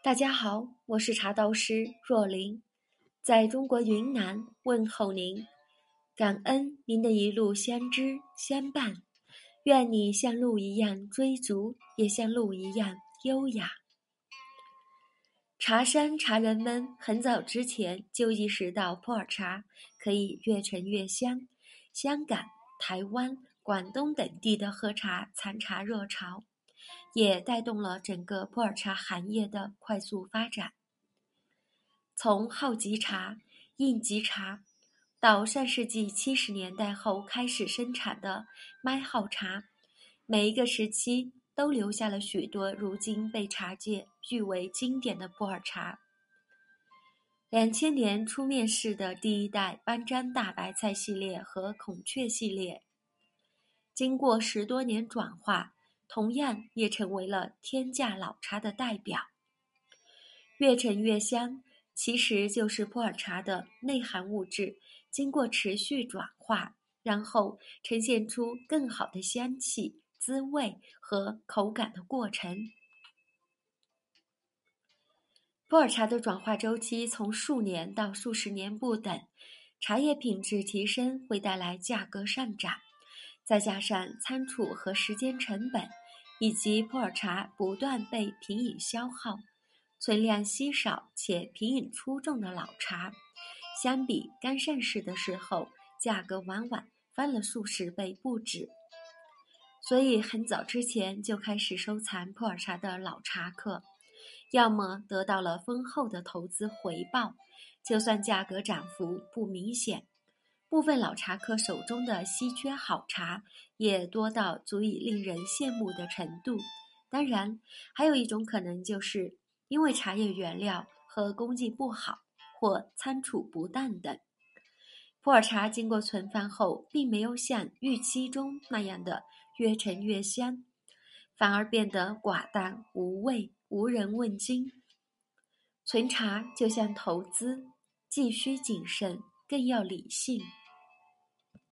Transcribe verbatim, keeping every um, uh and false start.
大家好，我是茶道师若琳，在中国云南问候您，感恩您的一路相知相伴，愿你像鹿一样追逐，也像鹿一样优雅。茶山茶人们很早之前就意识到普洱茶可以越陈越香，香港、台湾、广东等地的喝茶残茶热潮，也带动了整个普洱茶行业的快速发展。从号级茶、印级茶，到上世纪七十年代后开始生产的麦号茶，每一个时期都留下了许多如今被茶界誉为经典的普洱茶。两千年出面世的第一代班章大白菜系列和孔雀系列，经过十多年转化，同样也成为了天价老茶的代表。越陈越香其实就是普洱茶的内含物质经过持续转化，然后呈现出更好的香气、滋味和口感的过程。普洱茶的转化周期从数年到数十年不等，茶叶品质提升会带来价格上涨，再加上仓储和时间成本，以及普洱茶不断被品饮消耗，存量稀少且品饮出众的老茶，相比刚上市的时候，价格往往翻了数十倍不止。所以很早之前就开始收藏普洱茶的老茶客，要么得到了丰厚的投资回报，就算价格涨幅不明显，部分老茶客手中的稀缺好茶也多到足以令人羡慕的程度。当然，还有一种可能就是因为茶叶原料和工艺不好，或仓储不当等，普洱茶经过存放后，并没有像预期中那样的越陈越香，反而变得寡淡无味，无人问津。存茶就像投资，既需谨慎，更要理性。